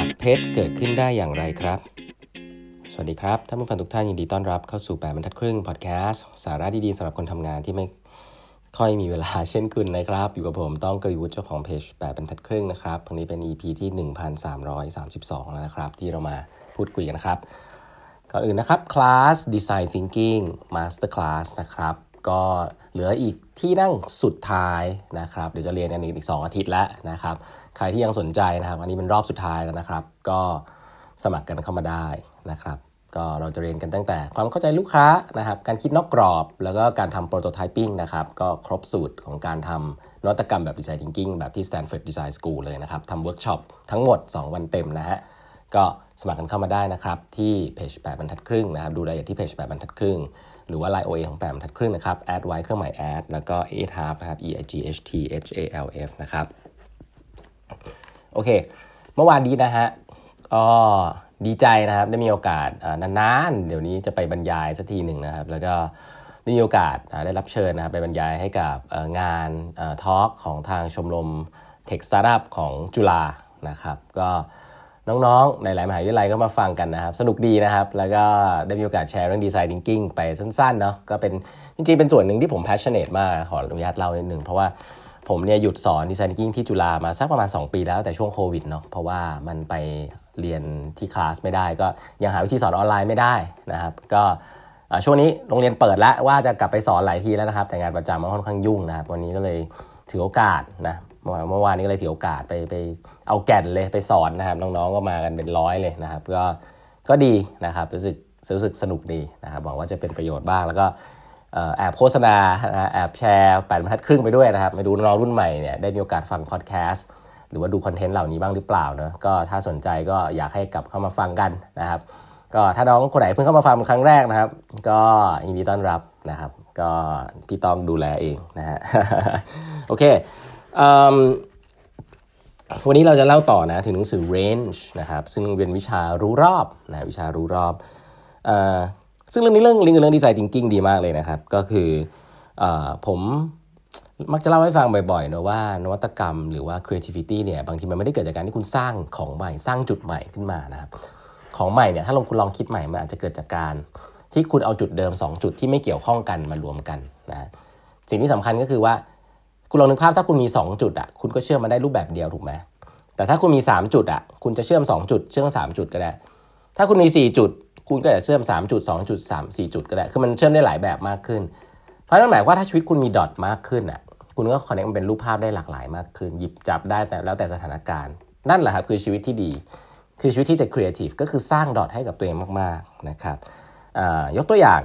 ากเพชรเกิดขึ้นได้อย่างไรครับสวัสดีครับท่านผู้ฟังทุกท่านยินดีต้อนรับเข้าสู่8บรรทัดครึ่งพอดแคสต์สาระดีๆสำหรับคนทำงานที่ไม่ค่อยมีเวลาเช่นคุณนะครับอยู่กับผมต้องกวีวุฒิเจ้าของเพจ8บรรทัดครึ่งนะครับครั้งนี้เป็น EP ที่1332แล้วนะครับที่เรามาพูดคุยกันนะครับก่อนอื่นนะครับคลาส Design Thinking Master Class นะครับก็เหลืออีกที่นั่งสุดท้ายนะครับเดี๋ยวจะเรียนกันอีก2อาทิตย์แล้วนะครับใครที่ยังสนใจนะครับอันนี้เป็นรอบสุดท้ายแล้วนะครับก็สมัครกันเข้ามาได้นะครับก็เราจะเรียนกันตั้งแต่ความเข้าใจลูกค้านะครับการคิดนอกกรอบแล้วก็การทำโปรโตไทปิ้งนะครับก็ครบสูตรของการทำนวัตกรรมแบบ Design Thinking แบบที่ Stanford Design School เลยนะครับทำเวิร์กช็อปทั้งหมด2วันเต็มนะฮะก็สมัครกันเข้ามาได้นะครับที่เพจ8บรรทัดครึ่งนะครับดูรายละเอียดที่เพจ8บรรทัดครึ่งหรือว่า Line OA ของ8บรรทัดครึ่งนะครับแอดไว้เครื่องหมายแอดแล้วก็ EIGHTHALF นะครับ EIGHTHALF นะครับโอเคเมื่อวานนี้นะฮะก็ดีใจนะครับได้มีโอกาสนานๆเดี๋ยวนี้จะไปบรรยายสักทีหนึ่งนะครับแล้วก็ได้มีโอกาสได้รับเชิญนะครับไปบรรยายให้กับงานทอล์กของทางชมรม Tech Startup ของจุฬานะครับก็น้องๆในหลายมหาวิทยาลัยก็มาฟังกันนะครับสนุกดีนะครับแล้วก็ได้มีโอกาสแชร์เรื่อง Design Thinking ไปสั้นๆเนาะก็เป็นจริงๆเป็นส่วนหนึ่งที่ผม passionate มากขออนุญาตเล่านิดนึงเพราะว่าผมเนี่ยหยุดสอน Design Thinking ที่จุฬามาสักประมาณ2ปีแล้วแต่ช่วงโควิดเนาะเพราะว่ามันไปเรียนที่คลาสไม่ได้ก็ยังหาวิธีสอนออนไลน์ไม่ได้นะครับก็ช่วงนี้โรงเรียนเปิดแล้วว่าจะกลับไปสอนหลายทีแล้วนะครับแต่งานประจำมันค่อนข้างยุ่งนะครับวันนี้ก็เลยถือโอกาสนะเมื่อวานนี้ก็เลยถือโอกาสไปเอาแก่นเลยไปสอนนะครับน้องๆก็มากันเป็นร้อยเลยนะครับก็ดีนะครับรู้สึกสนุกดีนะครับหวังว่าจะเป็นประโยชน์บ้างแล้วก็แอบโฆษณาแอบแชร์8บรรทัดครึ่งไปด้วยนะครับมาดูน้องรุ่นใหม่เนี่ยได้มีโอกาสฟังพอดแคสต์หรือว่าดูคอนเทนต์เหล่านี้บ้างหรือเปล่านะก็ถ้าสนใจก็อยากให้กลับเข้ามาฟังกันนะครับก็ถ้าน้องคนไหนเพิ่งเข้ามาฟังเป็นครั้งแรกนะครับก็ยินดีต้อนรับนะครับก็พี่ต้องดูแลเองนะฮะ โอเควันนี้เราจะเล่าต่อนะถึงหนังสือ Range นะครับซึ่งเป็นวิชารู้รอบนะวิชารู้รอบซึ่งเรื่อง Design Thinking ดีมากเลยนะครับก็คือผมมักจะเล่าให้ฟังบ่อยๆนะว่านวัตกรรมหรือว่า creativity เนี่ยบางทีมันไม่ได้เกิดจากการที่คุณสร้างของใหม่สร้างจุดใหม่ขึ้นมานะครับของใหม่เนี่ยถ้าคุณลองคิดใหม่มันอาจจะเกิดจากการที่คุณเอาจุดเดิม2จุดที่ไม่เกี่ยวข้องกันมารวมกันนะสิ่งที่สำคัญก็คือว่าคุณลองนึกภาพถ้าคุณมี2จุดอ่ะคุณก็เชื่อมมันได้รูปแบบเดียวถูกไหมแต่ถ้าคุณมี3จุดอ่ะคุณจะเชื่อม2จุดเชื่อม3จุดก็ได้ถ้าคุณมี4จุดคุณก็จะเชื่อม3จุด2จุด3 4จุดก็ได้คือมันเชื่อมได้หลายแบบมากขึ้นเพราะนั่นหมายว่าถ้าชีวิตคุณมีดอทมากขึ้นอ่ะคุณก็คอนเนคมันเป็นรูปภาพได้หลากหลายมากขึ้นหยิบจับได้แต่แล้วแต่สถานการณ์นั่นแหละครับคือชีวิตที่ดีคือชีวิตที่จะครีเอทีฟก็คือสร้างดอทให้กับตัวเองมากๆนะครับยกตัวอย่าง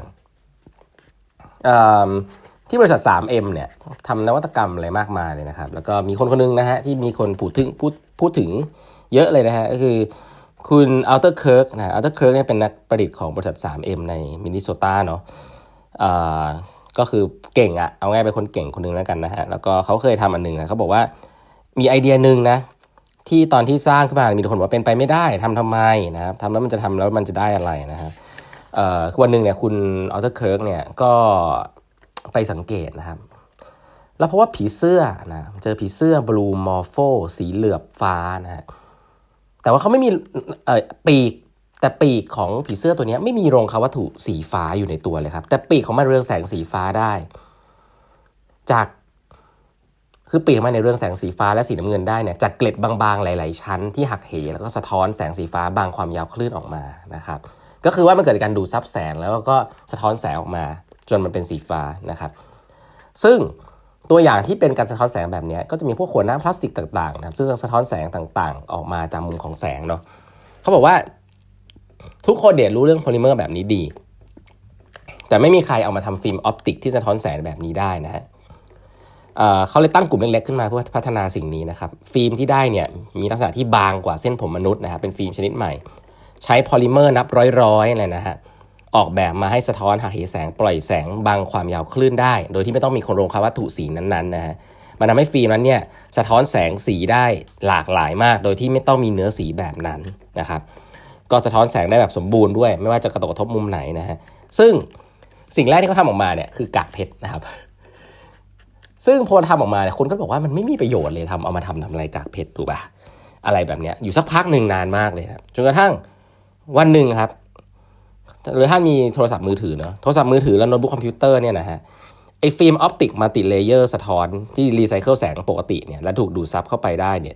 ที่บริษัท 3M เนี่ยทำนวัตกรรมอะไรมากมายเลยนะครับแล้วก็มีคนนึงนะฮะที่มีคนพูดถึงเยอะเลยนะฮะก็คือคุณอัลเทอร์เคิร์กนะอัลเทอร์เคิร์กเนี่ยเป็นนักประดิษฐ์ของบริษัท 3M ในมินนิโซตาเนาะก็คือเก่งอะเอาง่ายเป็นคนเก่งคนนึงแล้วกันนะฮะแล้วก็เขาเคยทำอันนึงนะเขาบอกว่ามีไอเดียนึงนะที่ตอนที่สร้างขึ้นมามีคนบอกว่าเป็นไปไม่ได้ทำไมนะครับทำแล้วมันจะได้อะไรนะฮะวันหนึ่งเนี่ยคุณอัลเทอร์เคิร์กเนี่ยก็ไปสังเกตนะครับแล้วเพราะว่าผีเสื้อนะเจอผีเสื้อบลูมอร์โฟสีเหลือบฟ้านะฮะแต่ว่าเขาไม่มีปีกแต่ปีกของผีเสื้อตัวนี้ไม่มีโรงวัตถุสีฟ้าอยู่ในตัวเลยครับแต่ปีกของมันเรืองแสงสีฟ้าได้คือปีกของมันในเรืองแสงสีฟ้าและสีน้ำเงินได้เนี่ยจากเกล็ดบางๆหลายๆชั้นที่หักเหแล้วก็สะท้อนแสงสีฟ้าบางความยาวคลื่นออกมานะครับก็คือว่ามันเกิดการดูดซับแสงแล้วก็สะท้อนแสงออกมาจนมันเป็นสีฟ้านะครับซึ่งตัวอย่างที่เป็นการสะท้อนแสงแบบนี้ก็จะมีพวกขวดน้ำพลาสติกต่างๆนะครับซึ่งสะท้อนแสงต่างๆออกมาจากมุมของแสงเนาะเขาบอกว่าทุกคนเรียนรู้เรื่องโพลิเมอร์แบบนี้ดีแต่ไม่มีใครเอามาทำฟิล์มออปติกที่สะท้อนแสงแบบนี้ได้นะฮะเขาเลยตั้งกลุ่มเล็กๆขึ้นมาเพื่อพัฒนาสิ่งนี้นะครับฟิล์มที่ได้เนี่ยมีลักษณะที่บางกว่าเส้นผมมนุษย์นะครับเป็นฟิล์มชนิดใหม่ใช้โพลิเมอร์นับร้อยๆเลยนะฮะออกแบบมาให้สะท้อนหักเหแสงปล่อยแสงบางความยาวคลื่นได้โดยที่ไม่ต้องมีโรงวัตถุสีนั้นๆนะฮะมันทำให้ฟิล์มนั้นเนี่ยสะท้อนแสงสีได้หลากหลายมากโดยที่ไม่ต้องมีเนื้อสีแบบนั้นนะครับก็สะท้อนแสงได้แบบสมบูรณ์ด้วยไม่ว่าจะกระทบมุมไหนนะฮะซึ่งสิ่งแรกที่เขาทำออกมาเนี่ยคือกากเพชรนะครับซึ่งพอทำออกมาเนี่ยคนก็บอกว่ามันไม่มีประโยชน์เลยเอามาทำอะไรกากเพชรถูกป่ะอะไรแบบนี้อยู่สักพักหนึ่งนานมากเลยครับจนกระทั่งวันหนึ่งครับหรือท่านมีโทรศัพท์มือถือเนาะโทรศัพท์มือถือแล้วโน้ตบุ๊กคอมพิวเตอร์เนี่ยนะฮะไอ้ฟิล์มออปติกมัลติเลเยอร์สะท้อนที่รีไซเคิลแสงปกติเนี่ยแล้วถูกดูดซับเข้าไปได้เนี่ย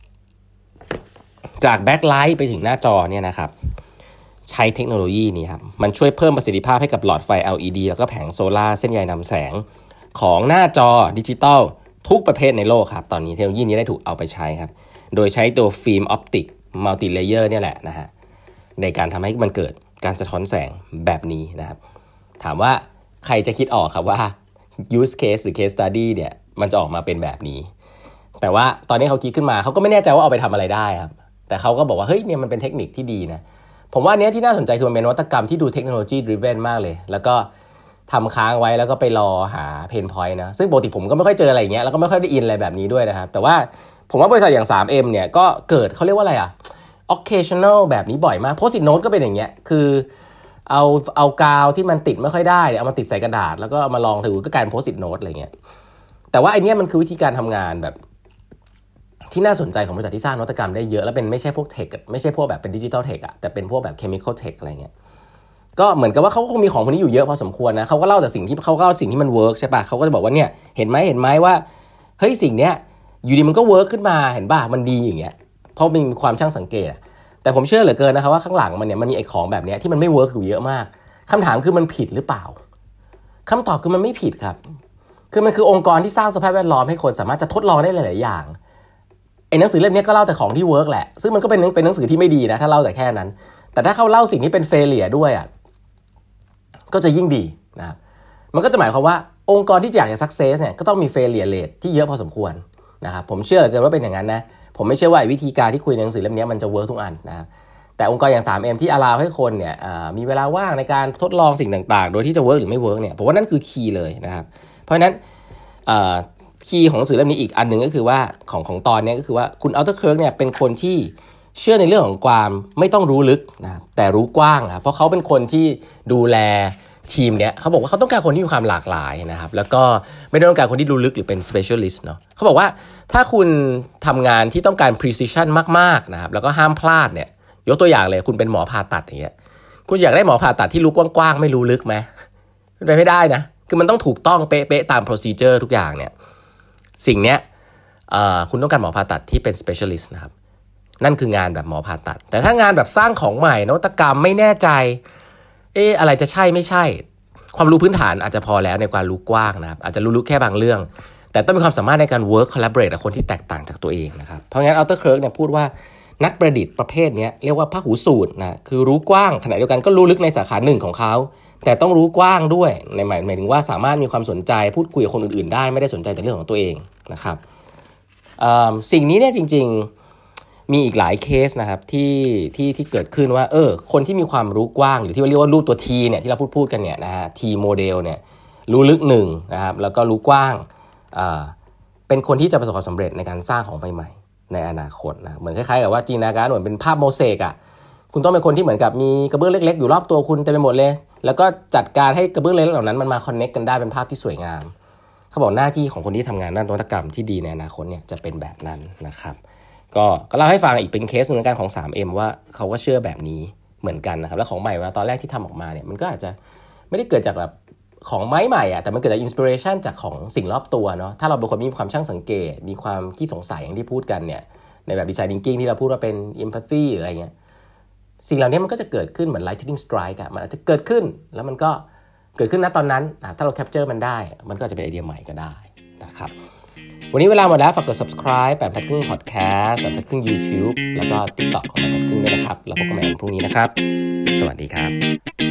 จากแบ็คไลท์ไปถึงหน้าจอเนี่ยนะครับใช้เทคโนโลยีนี้ครับมันช่วยเพิ่มประสิทธิภาพให้กับหลอดไฟ LED แล้วก็แผงโซล่าเส้นใยนำแสงของหน้าจอดิจิตอลทุกประเภทในโลกครับตอนนี้เทคโนโลยีนี้ได้ถูกเอาไปใช้ครับโดยใช้ตัวฟิล์มออปติกมัลติเลเยอร์เนี่ยแหละนะฮะในการทำให้มันเกิดการสะท้อนแสงแบบนี้นะครับถามว่าใครจะคิดออกครับว่า use case หรือ case study เนี่ยมันจะออกมาเป็นแบบนี้แต่ว่าตอนนี้เขาคิดขึ้นมาเขาก็ไม่แน่ใจว่าเอาไปทำอะไรได้ครับแต่เขาก็บอกว่าเฮ้ยเนี่ยมันเป็นเทคนิคที่ดีนะผมว่าอันนี้ที่น่าสนใจคือมันเป็นนวัตกรรมที่ดูเทคโนโลยี driven มากเลยแล้วก็ทำค้างไว้แล้วก็ไปรอหา pain point นะซึ่งปกติผมก็ไม่ค่อยเจออะไรอย่างเงี้ยแล้วก็ไม่ค่อยได้อินอะไรแบบนี้ด้วยนะครับแต่ว่าผมว่าบริษัทอย่าง 3M เนี่ยก็เกิดเขาเรียกว่าอะไรoccasional แบบนี้บ่อยมาก post-it note ก็เป็นอย่างเงี้ยคือเอากาวที่มันติดไม่ค่อยได้เอามาติดใส่กระดาษแล้วก็เอามาลองถือก็กลายเป็น post-it note อะไรเงี้ยแต่ว่าไอเนี้ยมันคือวิธีการทำงานแบบที่น่าสนใจของบริษัทที่สร้างนวัตกรรมได้เยอะแล้วเป็นไม่ใช่พวกเทคไม่ใช่พวกแบบเป็นดิจิทัลเทคแต่เป็นพวกแบบเคมีคอลเทคอะไรเงี้ยก็เหมือนกับว่าเขาคงมีของพวกนี้อยู่เยอะพอสมควรนะเขาก็เล่าแต่สิ่งที่มันเวิร์กใช่ป่ะเขาก็จะบอกว่าเนี่ยเห็นไหมว่าเฮ้ยสิ่งเนี้ยอยู่ดีมันก็เวิร์กขึ้นมาเห็นป่ะมันดีอย่างเงี้ยเพราะมีความช่างสังเกตแต่ผมเชื่อเหลือเกินนะครับว่าข้างหลังมันเนี่ยมันมีไอ้ของแบบนี้ที่มันไม่เวิร์กอยู่เยอะมากคำถามคือมันผิดหรือเปล่าคำตอบคือมันไม่ผิดครับคือมันคือองค์กรที่สร้างสภาพแวดล้อมให้คนสามารถจะทดลองได้หลายๆอย่างไอ้หนังสือเล่มนี้ก็เล่าแต่ของที่เวิร์กแหละซึ่งมันก็เป็นหนังสือที่ไม่ดีนะถ้าเล่าแต่แค่นั้นแต่ถ้าเขาเล่าสิ่งที่เป็นเฟลเลียด้วยก็จะยิ่งดีนะครับมันก็จะหมายความว่าองค์กรที่อยากจะซักเซสเนี่ยก็ต้องมีเฟลเลียเรทที่เยอะพอสมควรนะครับผมเชื่อเหลือเกินว่าเป็นอย่างนั้นนะผมไม่เชื่อว่าวิธีการที่คุยในหนังสือเล่มนี้มันจะเวิร์กทุกอันนะครับแต่องค์กรอย่าง 3M ที่allowให้คนเนี่ยมีเวลาว่างในการทดลองสิ่งต่างๆโดยที่จะเวิร์กหรือไม่เวิร์กเนี่ยผมว่านั่นคือคีย์เลยนะครับเพราะฉะนั้นคีย์ของหนังสือเล่มนี้อีกอันหนึ่งก็คือว่าของตอนนี้ก็คือว่าคุณอัลเทอร์เคิร์กเนี่ยเป็นคนที่เชื่อในเรื่องของความไม่ต้องรู้ลึกนะครับแต่รู้กว้างนะเพราะเขาเป็นคนที่ดูแลทีมเนี้ยเขาบอกว่าเขาต้องการคนที่มีความหลากหลายนะครับแล้วก็ไม่ได้ต้องการคนที่รู้ลึกหรือเป็น specialist เนาะเขาบอกว่าถ้าคุณทำงานที่ต้องการ precision มากๆนะครับแล้วก็ห้ามพลาดเนี่ยยกตัวอย่างเลยคุณเป็นหมอผ่าตัดอย่างเงี้ยคุณอยากได้หมอผ่าตัดที่รู้กว้างๆไม่รู้ลึกไหมเป็นไปไม่ได้นะคือมันต้องถูกต้องเป๊ะๆตาม procedure ทุกอย่างเนี่ยสิ่งเนี้ยคุณต้องการหมอผ่าตัดที่เป็น specialist นะครับนั่นคืองานแบบหมอผ่าตัดแต่ถ้างานแบบสร้างของใหม่นวัตกรรมไม่แน่ใจอะไรจะใช่ไม่ใช่ความรู้พื้นฐานอาจจะพอแล้วในการรู้กว้างนะครับอาจจะรู้ลึกแค่บางเรื่องแต่ต้องมีความสามารถในการ work collaborate กับคนที่แตกต่างจากตัวเองนะครับเพราะงั้นอัลเทอร์เคิร์กเนี่ยพูดว่านักประดิษฐ์ประเภทนี้เรียกว่าพหูสูตรนะคือรู้กว้างขณะเดียวกันก็รู้ลึกในสาขาหนึ่งของเขาแต่ต้องรู้กว้างด้วยในหมายถึงว่าสามารถมีความสนใจพูดคุยกับคนอื่นๆได้ไม่ได้สนใจแต่เรื่องของตัวเองนะครับสิ่งนี้เนี่ยจริงๆมีอีกหลายเคสนะครับที่เกิดขึ้นว่าคนที่มีความรู้กว้างหรือที่เรียกว่ารูปตัว T เนี่ยที่เราพูดกันเนี่ยนะฮะ T โมเดลเนี่ยรู้ลึกหนึ่งนะครับแล้วก็รู้กว้างเป็นคนที่จะประสบความสำเร็จในการสร้างของใหม่ๆในอนาคตนะเหมือนคล้ายๆกับว่าจินตนาการเหมือนเป็นภาพโมเสกคุณต้องเป็นคนที่เหมือนกับมีกระเบื้องเล็กๆอยู่รอบตัวคุณเต็มไปหมดเลยแล้วก็จัดการให้กระเบื้องเล็กเหล่านั้นมันมาคอนเนคกันได้เป็นภาพที่สวยงามเขาบอกหน้าที่ของคนที่ทำงานด้านนวัตกรรมที่ดีในอนาคตเนี่ยจะเป็นแบบนั้นนะครับก็เล่าให้ฟังอีกเป็นเคสหนึ่งของ 3M ว่าเขาก็เชื่อแบบนี้เหมือนกันนะครับแล้วของใหม่เวลาตอนแรกที่ทำออกมาเนี่ยมันก็อาจจะไม่ได้เกิดจากแบบของใหม่แต่มันเกิดจากอินสปิเรชันจากของสิ่งรอบตัวเนาะถ้าเราเป็นคนมีความช่างสังเกตมีความขี้สงสัยอย่างที่พูดกันเนี่ยในแบบดีไซน์ทิงกิ้งที่เราพูดว่าเป็น empathy อะไรเงี้ยสิ่งเหล่านี้มันก็จะเกิดขึ้นเหมือน lightning strike มันอาจจะเกิดขึ้นแล้วมันก็เกิดขึ้นณตอนนั้นถ้าเรา capture มันได้มันก็จะเป็นไอเดียใหม่ก็ได้นะครับวันนี้เวลาหมดแล้วฝากกด subscribe แบบพัดครึ่ง podcast แบบพัดครึ่ง YouTube แล้วก็ TikTok ของแบบพัดครึ่งด้วยนะครับแล้วพบกันใหม่วันพรุ่งนี้นะครับสวัสดีครับ